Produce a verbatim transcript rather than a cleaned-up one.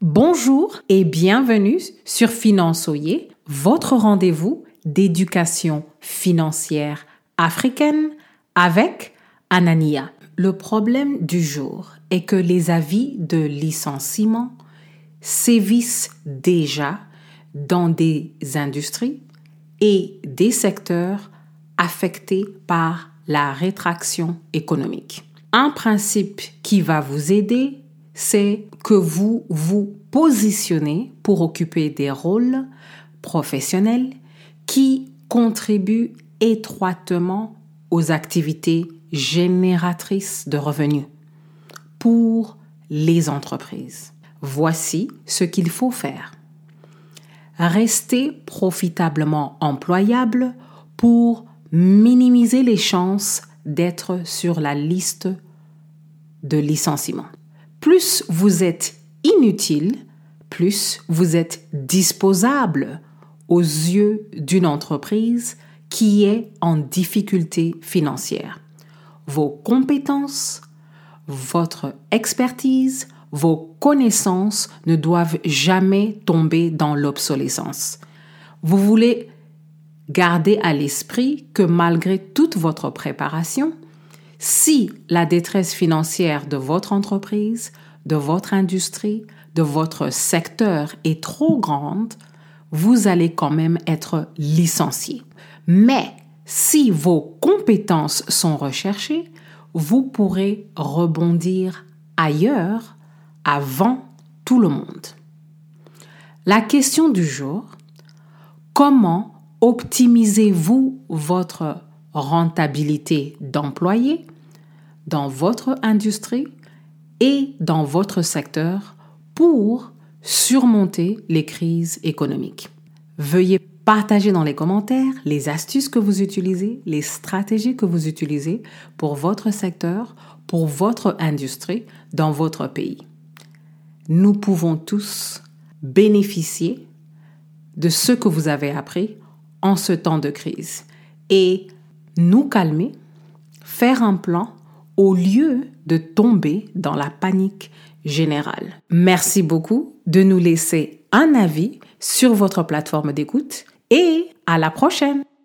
Bonjour et bienvenue sur Finançoyer, votre rendez-vous d'éducation financière africaine avec Anania. Le problème du jour est que les avis de licenciement sévissent déjà dans des industries et des secteurs affectés par la rétraction économique. Un principe qui va vous aider, c'est que vous vous positionnez pour occuper des rôles professionnels qui contribuent étroitement aux activités génératrices de revenus pour les entreprises. Voici ce qu'il faut faire. Restez profitablement employable pour minimiser les chances d'être sur la liste de licenciement. Plus vous êtes inutile, plus vous êtes disposable aux yeux d'une entreprise qui est en difficulté financière. Vos compétences, votre expertise, vos connaissances ne doivent jamais tomber dans l'obsolescence. Vous voulez garder à l'esprit que malgré toute votre préparation, si la détresse financière de votre entreprise, de votre industrie, de votre secteur est trop grande, vous allez quand même être licencié. Mais si vos compétences sont recherchées, vous pourrez rebondir ailleurs avant tout le monde. La question du jour, comment optimisez-vous votre rentabilité d'employé dans votre industrie et dans votre secteur pour surmonter les crises économiques? Veuillez partager dans les commentaires les astuces que vous utilisez, les stratégies que vous utilisez pour votre secteur, pour votre industrie dans votre pays. Nous pouvons tous bénéficier de ce que vous avez appris en ce temps de crise et nous calmer, faire un plan au lieu de tomber dans la panique générale. Merci beaucoup de nous laisser un avis sur votre plateforme d'écoute et à la prochaine!